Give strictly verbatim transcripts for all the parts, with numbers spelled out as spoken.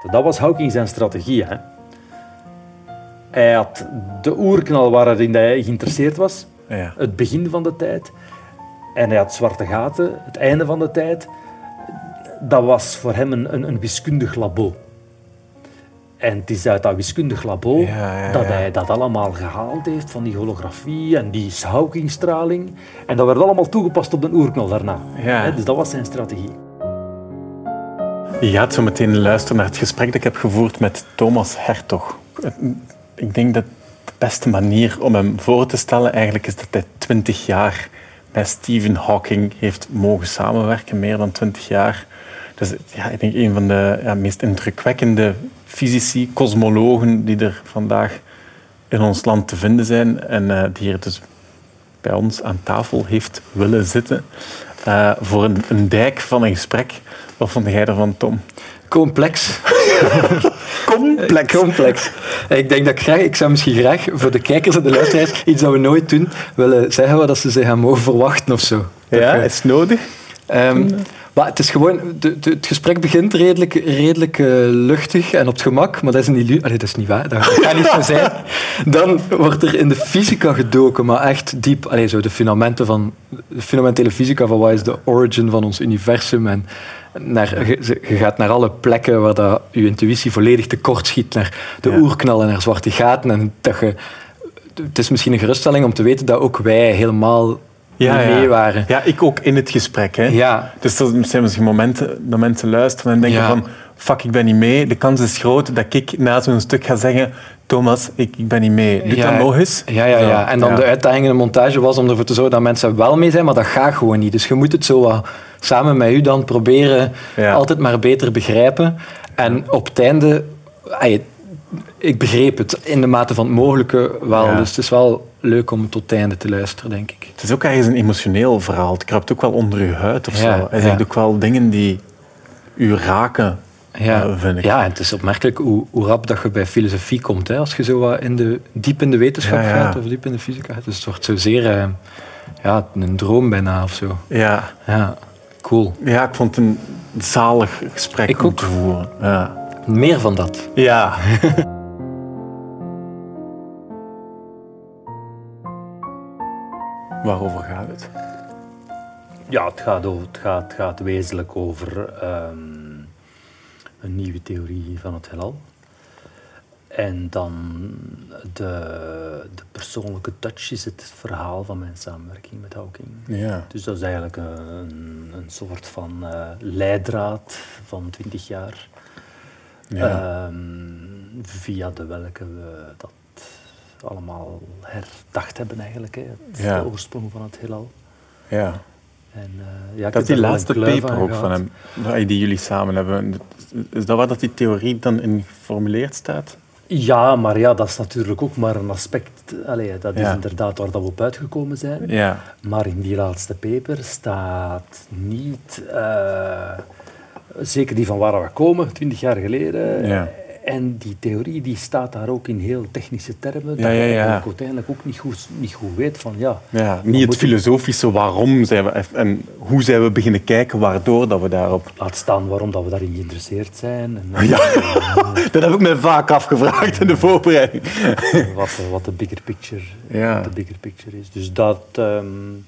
Dat was Hawking zijn strategie. Hè? Hij had de oerknal waarin hij geïnteresseerd was, Ja. het begin van de tijd. En hij had zwarte gaten, het einde van de tijd. Dat was voor hem een, een, een wiskundig labo. En het is uit dat wiskundig labo Ja, ja, ja. dat hij dat allemaal gehaald heeft, van die holografie en die Hawking-straling. En dat werd allemaal toegepast op de oerknal daarna. Ja. Hè, dus dat was zijn strategie. Je gaat zo meteen luisteren naar het gesprek dat ik heb gevoerd met Thomas Hertog. Ik denk dat de beste manier om hem voor te stellen eigenlijk is dat hij twintig jaar met Stephen Hawking heeft mogen samenwerken, meer dan twintig jaar. Dus ja, ik denk een van de ja, meest indrukwekkende fysici, cosmologen die er vandaag in ons land te vinden zijn en uh, die hier dus bij ons aan tafel heeft willen zitten uh, voor een, een dijk van een gesprek. Wat vond jij ervan, Tom? Complex. Complex. Complex. Ik denk dat ik graag, ik zou misschien graag voor de kijkers en de luisteraars iets dat we nooit doen, willen zeggen wat ze zich gaan mogen verwachten of zo. Ja, je, is het nodig? Um, maar het is gewoon, de, de, het gesprek begint redelijk, redelijk uh, luchtig en op het gemak, maar dat is een illusie. Allee, dat is niet waar, dat gaat niet zo zijn. Dan wordt er in de fysica gedoken, maar echt diep. Allee, zo de fundamenten van de fundamentele fysica van wat is de origin van ons universum en naar, je, je gaat naar alle plekken waar dat je intuïtie volledig tekort schiet, naar de ja. oerknal en naar zwarte gaten. En dat je, het is misschien een geruststelling om te weten dat ook wij helemaal ja, niet mee waren. Ja, ik ook in het gesprek. Hè. Ja. Dus er zijn misschien momenten dat mensen luisteren en denken ja. van fuck, ik ben niet mee. De kans is groot dat ik na zo'n stuk ga zeggen Thomas, ik, ik ben niet mee. Doe ja. dat nog eens. Ja, ja, ja. En dan ja. de uitdaging in de montage was om ervoor te zorgen dat mensen wel mee zijn, maar dat gaat gewoon niet. Dus je moet het zo wat samen met u dan proberen ja. altijd maar beter begrijpen. En op het einde... Ay, ik begreep het in de mate van het mogelijke wel. Ja. Dus het is wel leuk om tot het einde te luisteren, denk ik. Het is ook ergens een emotioneel verhaal. Het kruipt ook wel onder je huid of ja, zo. Hij ja. zegt ook wel dingen die u raken, ja. uh, vind ik. Ja, en het is opmerkelijk hoe, hoe rap dat je bij filosofie komt. Hè? Als je zo wat in de, diep in de wetenschap ja, ja. gaat of diep in de fysica gaat. Dus het wordt zo zeer uh, ja, een droom bijna of zo. Ja. Ja, cool. Ja, ik vond het een zalig gesprek ik om ook. te voeren. Ja. Meer van dat. Ja. Waarover gaat het? Ja, het gaat, over, het gaat, het gaat wezenlijk over um, een nieuwe theorie van het heelal. En dan de, de persoonlijke touch is het verhaal van mijn samenwerking met Hawking. Ja. Dus dat is eigenlijk een, een soort van uh, leidraad van twintig jaar. Ja. Um, via de welke we dat allemaal herdacht hebben eigenlijk. Hè. Het, ja. De oorsprong van het heelal. Ja. En, uh, ja, dat is die laatste paper ook van hem, die jullie samen hebben. Is dat waar dat die theorie dan in geformuleerd staat? Ja, maar ja, dat is natuurlijk ook maar een aspect. Allee, dat is ja. inderdaad waar dat we op uitgekomen zijn. Ja. Maar in die laatste paper staat niet... Uh, zeker die van waar we komen, twintig jaar geleden. Ja. En die theorie die staat daar ook in heel technische termen. Ja, ja, ja. Dat ik uiteindelijk ook niet goed, niet goed weet van ja... ja niet het filosofische waarom zijn we en hoe zijn we beginnen kijken waardoor dat we daarop... Laat staan waarom dat we daarin geïnteresseerd zijn. En, ja, dat heb ik me vaak afgevraagd in de voorbereiding. Wat, wat de bigger picture, ja. wat de bigger picture is. Dus dat... Um,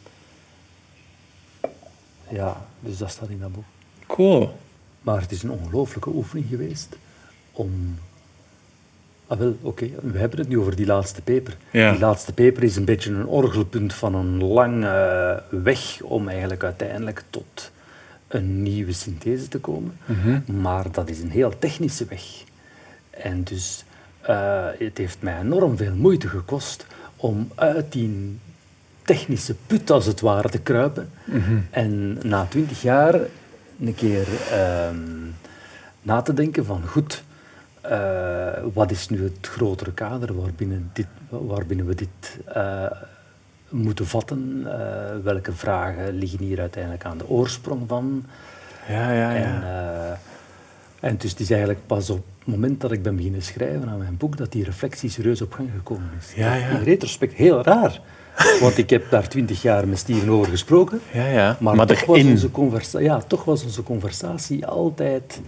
ja, dus dat staat in dat boek. Cool. Maar het is een ongelooflijke oefening geweest om... Ah wel, oké, okay. We hebben het nu over die laatste paper. Ja. Die laatste paper is een beetje een orgelpunt van een lange weg om eigenlijk uiteindelijk tot een nieuwe synthese te komen. Mm-hmm. Maar dat is een heel technische weg. En dus uh, het heeft mij enorm veel moeite gekost om uit die technische put, als het ware, te kruipen. Mm-hmm. En na twintig jaar een keer uh, na te denken van goed, uh, wat is nu het grotere kader waarbinnen, dit, waarbinnen we dit uh, moeten vatten? Uh, welke vragen liggen hier uiteindelijk aan de oorsprong van? Ja, ja, ja. En, uh, en dus het is eigenlijk pas op het moment dat ik ben beginnen schrijven aan mijn boek dat die reflectie serieus op gang gekomen is. Ja, ja. In retrospect heel raar. Want ik heb daar twintig jaar met Steven over gesproken. Ja, ja. Maar, maar toch, was erin... onze conversa- ja, toch was onze conversatie altijd,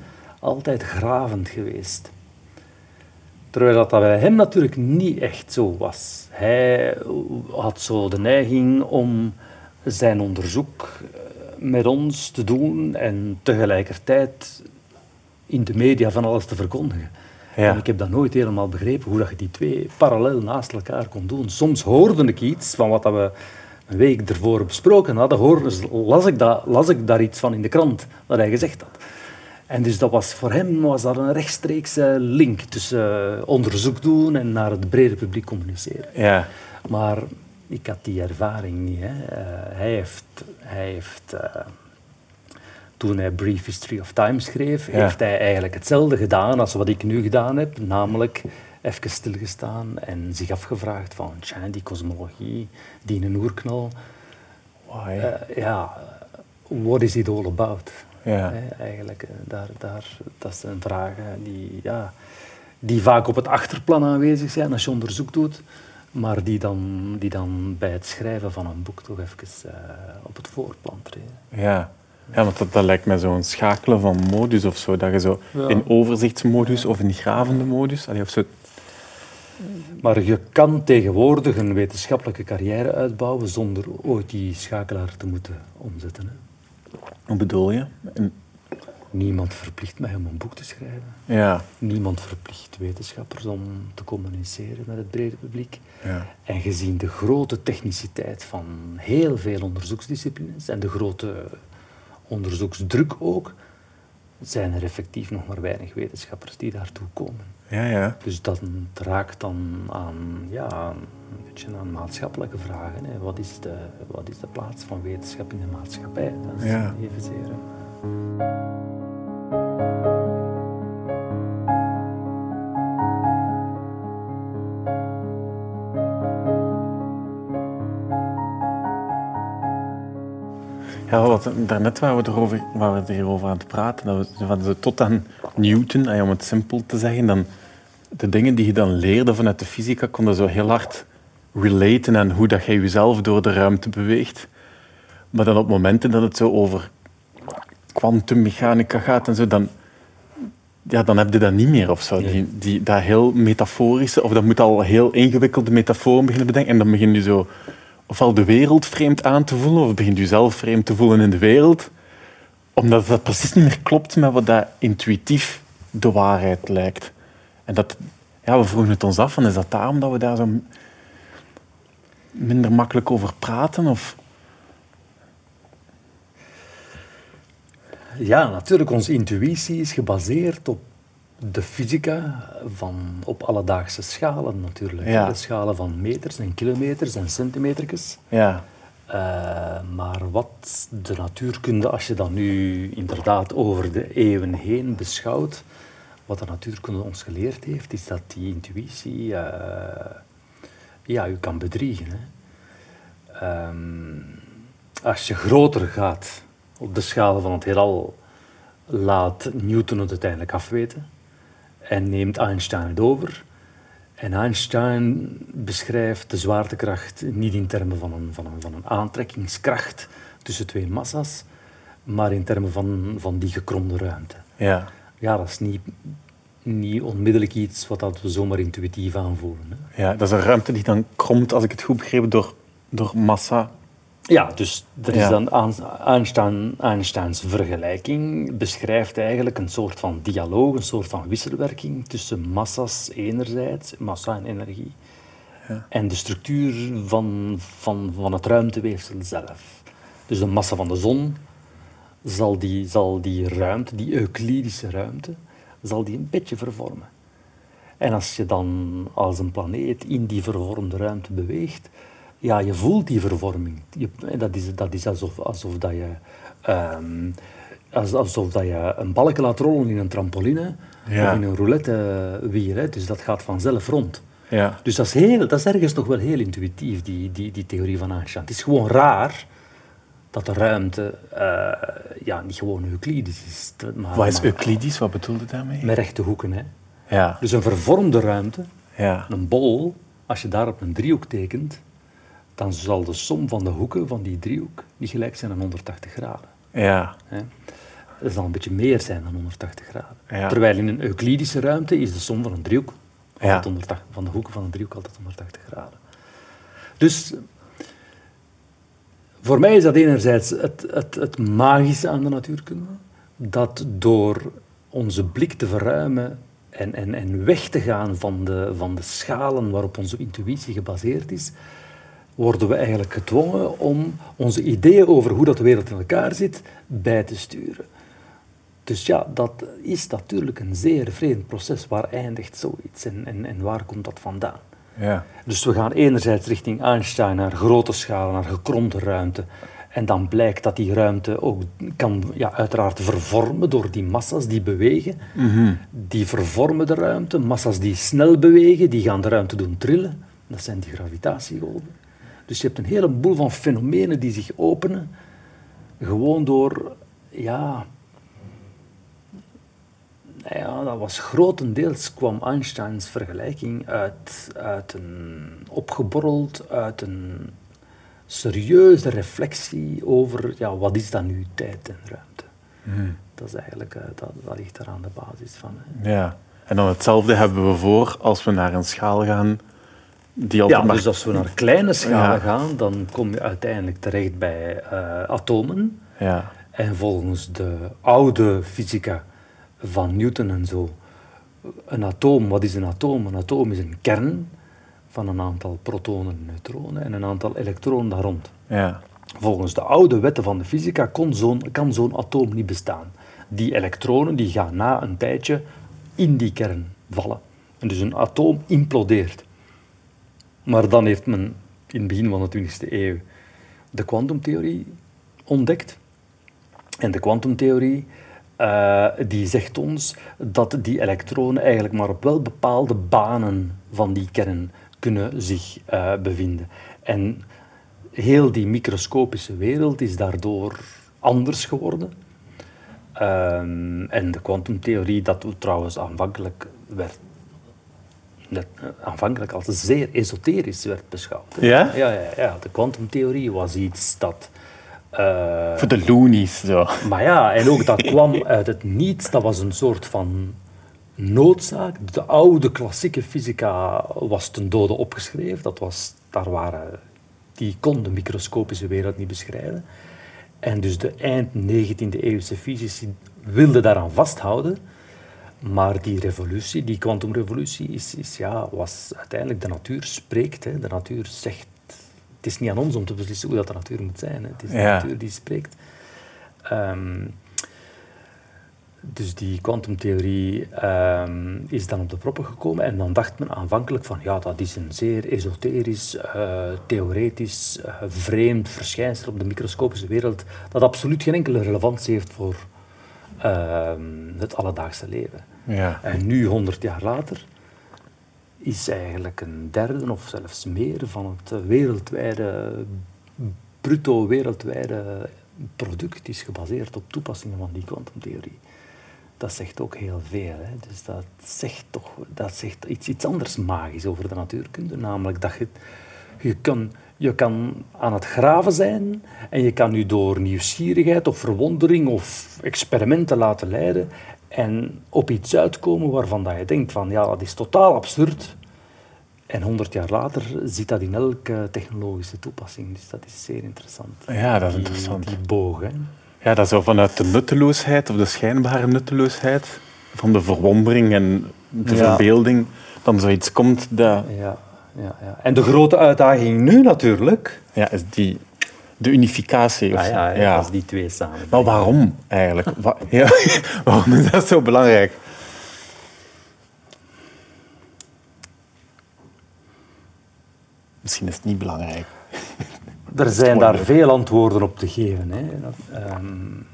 altijd gravend geweest. Terwijl dat bij hem natuurlijk niet echt zo was. Hij had zo de neiging om zijn onderzoek met ons te doen en tegelijkertijd in de media van alles te verkondigen. Ja. En ik heb dat nooit helemaal begrepen, hoe dat je die twee parallel naast elkaar kon doen. Soms hoorde ik iets van wat dat we een week ervoor besproken hadden, hoorde, las, ik dat, las ik daar iets van in de krant, dat hij gezegd had. En dus dat was, voor hem was dat een rechtstreekse link tussen uh, onderzoek doen en naar het brede publiek communiceren. Ja. Maar ik had die ervaring niet. Hè. Uh, hij heeft... Hij heeft uh, toen hij Brief History of Time schreef, ja. heeft hij eigenlijk hetzelfde gedaan als wat ik nu gedaan heb. Namelijk even stilgestaan en zich afgevraagd van, tja, die cosmologie, die een oerknal. Uh, ja, what is it all about? Ja. He, eigenlijk, daar, daar, dat zijn vragen die, ja, die vaak op het achterplan aanwezig zijn als je onderzoek doet, maar die dan, die dan bij het schrijven van een boek toch even uh, op het voorplan treden. Ja. Ja, want dat, dat lijkt mij zo'n schakelen van modus of zo. Dat je zo ja. in overzichtsmodus of in gravende modus... Of zo. Maar je kan tegenwoordig een wetenschappelijke carrière uitbouwen zonder ooit die schakelaar te moeten omzetten. Hè. Hoe bedoel je? En... Niemand verplicht mij om een boek te schrijven. Ja. Niemand verplicht wetenschappers om te communiceren met het brede publiek. Ja. En gezien de grote techniciteit van heel veel onderzoeksdisciplines en de grote onderzoeksdruk ook, zijn er effectief nog maar weinig wetenschappers die daartoe komen. Ja, ja. Dus dat raakt dan aan, ja, aan, een beetje aan maatschappelijke vragen. Hè. Wat is de, wat is de plaats van wetenschap in de maatschappij? Dat is ja. evenzeer. Ja, wat, daarnet waren we, erover, waren we het hierover aan het praten. Dat we, van, zo, tot aan Newton, om het simpel te zeggen, dan, de dingen die je dan leerde vanuit de fysica, konden zo heel hard relaten aan hoe dat je jezelf door de ruimte beweegt. Maar dan op momenten dat het zo over kwantummechanica gaat en zo, dan, ja, dan heb je dat niet meer of zo. Nee. Die, die, dat heel metaforische, of dat moet al heel ingewikkelde metaforen beginnen bedenken. En dan begin je zo ofwel de wereld vreemd aan te voelen, of begint je zelf vreemd te voelen in de wereld, omdat dat precies niet meer klopt met wat dat intuïtief de waarheid lijkt. En dat, ja, we vroegen het ons af, van, is dat daarom dat we daar zo minder makkelijk over praten? Of... Ja, natuurlijk. Onze intuïtie is gebaseerd op de fysica van, op alledaagse schalen natuurlijk. Ja. De schalen van meters en kilometers en centimetertjes. Ja. Uh, maar wat de natuurkunde, als je dat nu inderdaad over de eeuwen heen beschouwt, wat de natuurkunde ons geleerd heeft, is dat die intuïtie uh, ja, u kan bedriegen. Hè. Um, als je groter gaat op de schaal van het heelal, laat Newton het uiteindelijk afweten en neemt Einstein het over. En Einstein beschrijft de zwaartekracht niet in termen van een, van een, van een aantrekkingskracht tussen twee massa's, maar in termen van, van die gekromde ruimte. Ja. Ja, dat is niet, niet onmiddellijk iets wat dat we zomaar intuïtief aanvoelen. Hè. Ja, dat is een ruimte die dan kromt, als ik het goed begreep, door, door massa. Ja, dus er is Ja. dan Einstein, Einsteins vergelijking beschrijft eigenlijk een soort van dialoog, een soort van wisselwerking tussen massa's enerzijds, massa en energie, Ja. en de structuur van, van, van het ruimteweefsel zelf. Dus de massa van de zon zal die, zal die ruimte, die Euclidische ruimte, zal die een beetje vervormen. En als je dan als een planeet in die vervormde ruimte beweegt, ja, je voelt die vervorming. Je, dat is, dat is alsof, alsof, dat je, um, alsof dat je een balk laat rollen in een trampoline, Ja. of in een roulette-wiel. Hè. Dus dat gaat vanzelf rond. Ja. Dus dat is, heel, dat is ergens nog wel heel intuïtief, die, die, die theorie van Einstein. Het is gewoon raar dat de ruimte uh, ja, niet gewoon Euclidisch is. Maar, Wat is maar Euclidisch? Wat bedoelde je daarmee? met rechte hoeken. Hè. Ja. Dus een vervormde ruimte, Ja. een bol, als je daarop een driehoek tekent, dan zal de som van de hoeken van die driehoek niet gelijk zijn aan honderdtachtig graden. Ja. Hè. dat zal een beetje meer zijn dan honderdtachtig graden. Ja. Terwijl in een Euclidische ruimte is de som van een driehoek, Ja. altijd honderdtachtig, van de hoeken van een driehoek altijd honderdtachtig graden. Dus voor mij is dat enerzijds het, het, het magische aan de natuurkunde, dat door onze blik te verruimen en, en, en weg te gaan van de, van de schalen waarop onze intuïtie gebaseerd is, worden we eigenlijk gedwongen om onze ideeën over hoe dat de wereld in elkaar zit bij te sturen. Dus ja, dat is natuurlijk een zeer vreemd proces. Waar eindigt zoiets en, en, en waar komt dat vandaan? Ja. Dus we gaan enerzijds richting Einstein, naar grote schalen, naar gekromde ruimte. En dan blijkt dat die ruimte ook kan ja, uiteraard vervormen door die massa's die bewegen. Mm-hmm. Die vervormen de ruimte. Massa's die snel bewegen, die gaan de ruimte doen trillen. Dat zijn die gravitatiegolven. Dus je hebt een heleboel van fenomenen die zich openen, gewoon door, ja... Nou ja, dat was grotendeels, kwam Einsteins vergelijking uit, uit een opgeborreld, uit een serieuze reflectie over, ja, wat is dan nu tijd en ruimte? Mm. Dat is eigenlijk, uh, dat, dat ligt daar aan de basis van. Hè. Ja. En dan hetzelfde hebben we voor als we naar een schaal gaan die altijd Ja, maar... dus als we naar kleine schalen Ja. gaan, dan kom je uiteindelijk terecht bij uh, atomen. Ja. En volgens de oude fysica van Newton en zo, een atoom, wat is een atoom? Een atoom is een kern van een aantal protonen en neutronen en een aantal elektronen daar rond. Ja. Volgens de oude wetten van de fysica kon zo'n, kan zo'n atoom niet bestaan. Die elektronen die gaan na een tijdje in die kern vallen. En dus een atoom implodeert. Maar dan heeft men in het begin van de twintigste eeuw de kwantumtheorie ontdekt. En de kwantumtheorie uh, die zegt ons dat die elektronen eigenlijk maar op wel bepaalde banen van die kern kunnen zich uh, bevinden. En heel die microscopische wereld is daardoor anders geworden. Um, en de kwantumtheorie, dat trouwens aanvankelijk werd dat aanvankelijk als zeer esoterisch werd beschouwd. Ja? Ja, ja, ja. De kwantumtheorie was iets dat... Uh, Voor de loonies, zo. Maar ja, en ook dat kwam uit het niets. Dat was een soort van noodzaak. De oude klassieke fysica was ten dode opgeschreven. Dat was, daar waren, die kon de microscopische wereld niet beschrijven. En dus de eind negentiende eeuwse fysici wilden daaraan vasthouden. Maar die revolutie, die kwantumrevolutie, is, is, ja, was uiteindelijk de natuur spreekt. Hè. De natuur zegt... Het is niet aan ons om te beslissen hoe dat de natuur moet zijn. Hè. Het is de Ja. natuur die spreekt. Um, dus die kwantumtheorie um, is dan op de proppen gekomen. En dan dacht men aanvankelijk van... Ja, dat is een zeer esoterisch, uh, theoretisch, uh, vreemd verschijnsel op de microscopische wereld. Dat absoluut geen enkele relevantie heeft voor uh, het alledaagse leven. Ja. En nu, honderd jaar later, is eigenlijk een derde of zelfs meer van het wereldwijde, bruto wereldwijde product is gebaseerd op toepassingen van die kwantumtheorie. Dat zegt ook heel veel. Hè. Dus dat zegt toch dat zegt iets, iets anders magisch over de natuurkunde, namelijk dat je, je, kan, je kan aan het graven zijn en je kan je door nieuwsgierigheid of verwondering of experimenten laten leiden en op iets uitkomen waarvan dat je denkt van ja, dat is totaal absurd. En honderd jaar later zit dat in elke technologische toepassing. Dus dat is zeer interessant. Ja, dat is die, interessant. Die boog, hè. Ja, dat zo vanuit de nutteloosheid, of de schijnbare nutteloosheid, van de verwondering en de Ja. verbeelding, dan zoiets komt dat... Ja, ja, ja. En de grote uitdaging nu natuurlijk... Ja, is die... De unificatie. Of Ah, zo. ja, ja, Ja. als die twee samen. Maar waarom eigenlijk? Wa- ja, waarom is dat zo belangrijk? Misschien is het niet belangrijk. Er zijn mooi daar leuk. veel antwoorden op te geven. Hè. Dat, um,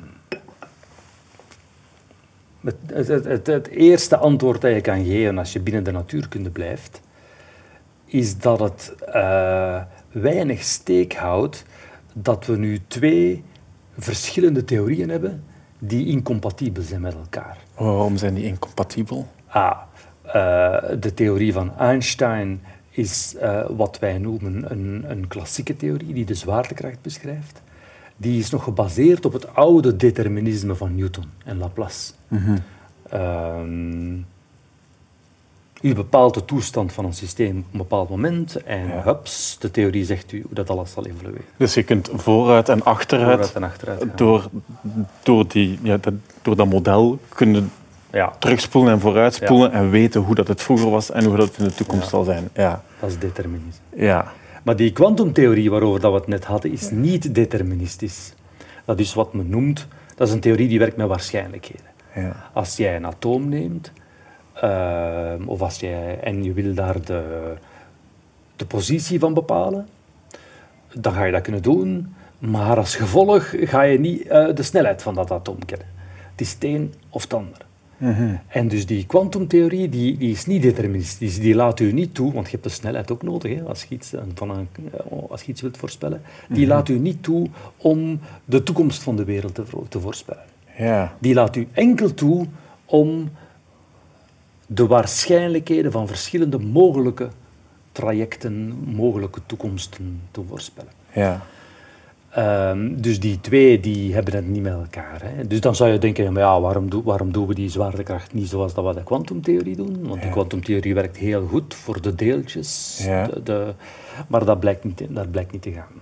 het, het, het, het, het eerste antwoord dat je kan geven als je binnen de natuurkunde blijft, is dat het uh, weinig steek houdt dat we nu twee verschillende theorieën hebben die incompatibel zijn met elkaar. Waarom zijn die incompatibel? Ah, uh, de theorie van Einstein is uh, wat wij noemen een, een klassieke theorie die de zwaartekracht beschrijft. die is nog gebaseerd op het oude determinisme van Newton en Laplace. Mhm. Um, u bepaalt de toestand van een systeem op een bepaald moment en Ja. hups, de theorie zegt u hoe dat alles zal evolueren. Dus je kunt vooruit en achteruit, Vooruit en achteruit gaan. door, door, die, ja, dat, door dat model kunnen Ja, terugspoelen en vooruitspoelen en weten hoe dat het vroeger was en hoe dat het in de toekomst Ja. zal zijn. Ja. dat is determinisme. Ja. Maar die kwantumtheorie waarover dat we het net hadden, is niet deterministisch. Dat is wat men noemt, dat is een theorie die werkt met waarschijnlijkheden. Ja. Als jij een atoom neemt, uh, of als jij, en je wil daar de, de positie van bepalen, dan ga je dat kunnen doen, maar als gevolg ga je niet uh, de snelheid van dat atoom kennen. Het is het een of het ander. Mhm. En dus die kwantumtheorie die, die is niet deterministisch, die laat u niet toe, want je hebt de snelheid ook nodig hè, als, je iets, van een, als je iets wilt voorspellen, die laat u niet toe om de toekomst van de wereld te, te voorspellen. Ja. Die laat u enkel toe om de waarschijnlijkheden van verschillende mogelijke trajecten, mogelijke toekomsten te voorspellen. Ja. Um, dus die twee die hebben het niet met elkaar. Hè. Dus dan zou je denken, ja, maar ja, waarom, do, waarom doen we die zwaartekracht niet zoals dat we de kwantumtheorie doen? Want Ja. die kwantumtheorie werkt heel goed voor de deeltjes, Ja. de, de, maar dat blijkt niet, dat blijkt niet te gaan.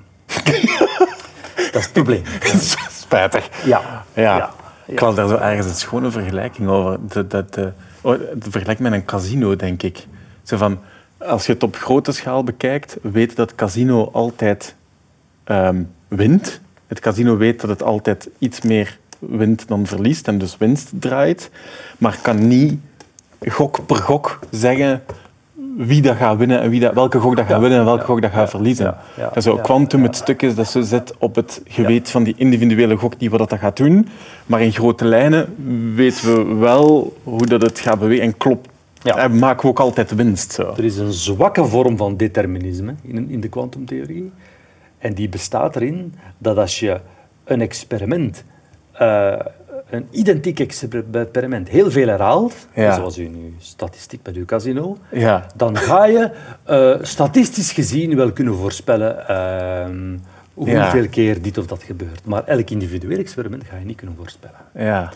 Dat is het probleem. Spijtig. Ja. Ja. Ja. Ik had daar zo ergens een schone vergelijking over. De, de, de, oh, de vergelijking met een casino, denk ik. Zo van, als je het op grote schaal bekijkt, weet dat het casino altijd um, wint. Het casino weet dat het altijd iets meer wint dan verliest en dus winst draait. Maar kan niet gok per gok zeggen wie dat gaat winnen en wie dat, welke gok dat gaat Ja. winnen en welke Ja. gok dat gaat Ja. verliezen. Ja. Ja. En zo, Ja. Quantum, Ja. het stuk is dat ze zet op het geweten van die individuele gok die wat dat gaat doen. Maar in grote lijnen weten we wel hoe dat het gaat bewegen en klopt. Ja. En maken we ook altijd winst. Zo. Er is een zwakke vorm van determinisme in, in de kwantumtheorie. En die bestaat erin dat als je een experiment, uh, een identiek experiment, heel veel herhaalt, Ja. zoals u nu statistiek met uw casino, Ja. dan ga je uh, statistisch gezien wel kunnen voorspellen uh, hoeveel Ja. keer dit of dat gebeurt. Maar elk individueel experiment ga je niet kunnen voorspellen. Ja.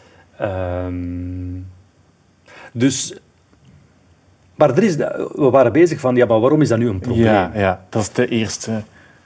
Um, dus... Maar er is, we waren bezig van, ja, maar waarom is dat nu een probleem? Ja, ja, dat is de eerste.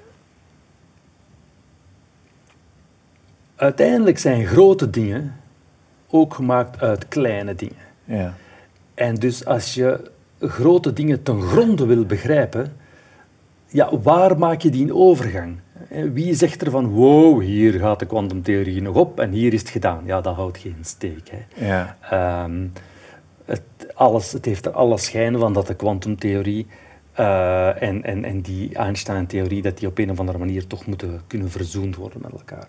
Uiteindelijk zijn grote dingen ook gemaakt uit kleine dingen. Ja. En dus als je grote dingen ten gronde wil begrijpen, ja, waar maak je die overgang? Wie zegt er van, wow, hier gaat de kwantumtheorie nog op en hier is het gedaan? Ja, dat houdt geen steek. Hè. Ja. Um, het, alles, het heeft er alle schijn van dat de kwantumtheorie uh, en, en, en die Einstein-theorie, dat die op een of andere manier toch moeten kunnen verzoend worden met elkaar.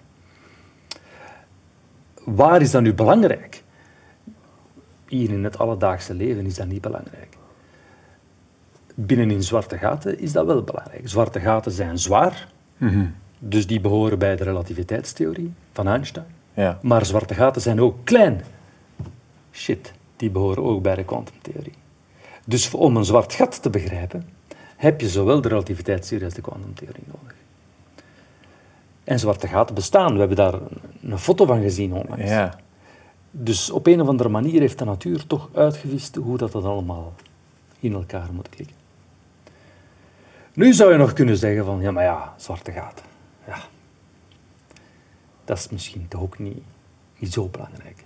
Waar is dat nu belangrijk? Hier in het alledaagse leven is dat niet belangrijk. Binnenin zwarte gaten is dat wel belangrijk. Zwarte gaten zijn zwaar, Mm-hmm. dus die behoren bij de relativiteitstheorie van Einstein. Ja. Maar zwarte gaten zijn ook klein. Shit, die behoren ook bij de kwantumtheorie. Dus om een zwart gat te begrijpen, heb je zowel de relativiteitstheorie als de kwantumtheorie nodig. En zwarte gaten bestaan. We hebben daar een foto van gezien onlangs. Ja. Dus op een of andere manier heeft de natuur toch uitgevist hoe dat, dat allemaal in elkaar moet klikken. Nu zou je nog kunnen zeggen van, ja, maar ja, zwarte gaten. Ja. Dat is misschien toch ook niet, niet zo belangrijk.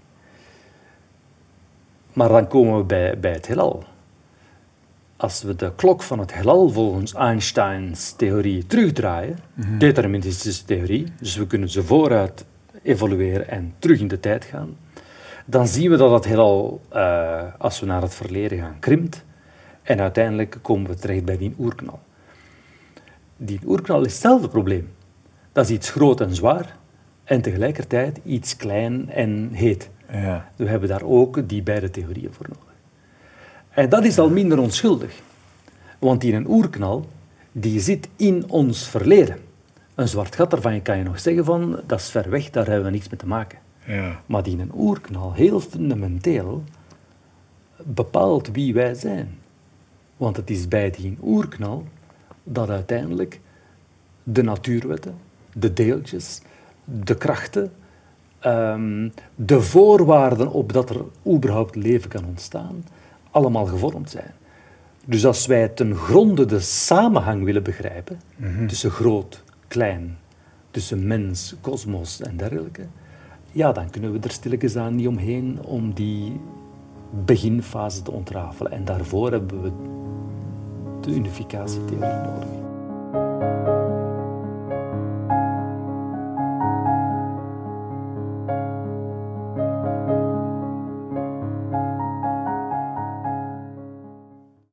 Maar dan komen we bij, bij het heelal. Als we de klok van het heelal volgens Einsteins theorie terugdraaien, mm-hmm. deterministische theorie, dus we kunnen ze vooruit evolueren en terug in de tijd gaan, dan zien we dat het heelal, uh, als we naar het verleden gaan, krimpt en uiteindelijk komen we terecht bij die oerknal. Die oerknal is hetzelfde probleem. Dat is iets groot en zwaar en tegelijkertijd iets klein en heet. Ja. We hebben daar ook die beide theorieën voor nodig. En dat is al minder onschuldig. Want die een oerknal, die zit in ons verleden. Een zwart gat, daarvan kan je nog zeggen van, dat is ver weg, daar hebben we niks mee te maken. Ja. Maar die een oerknal, heel fundamenteel, bepaalt wie wij zijn. Want het is bij die oerknal dat uiteindelijk de natuurwetten de deeltjes, de krachten, um, de voorwaarden op dat er überhaupt leven kan ontstaan, allemaal gevormd zijn. Dus als wij ten gronde de samenhang willen begrijpen, mm-hmm. tussen groot, klein, tussen mens, kosmos en dergelijke, ja, dan kunnen we er stilletjes aan niet omheen om die beginfase te ontrafelen. En daarvoor hebben we de unificatietheorie nodig.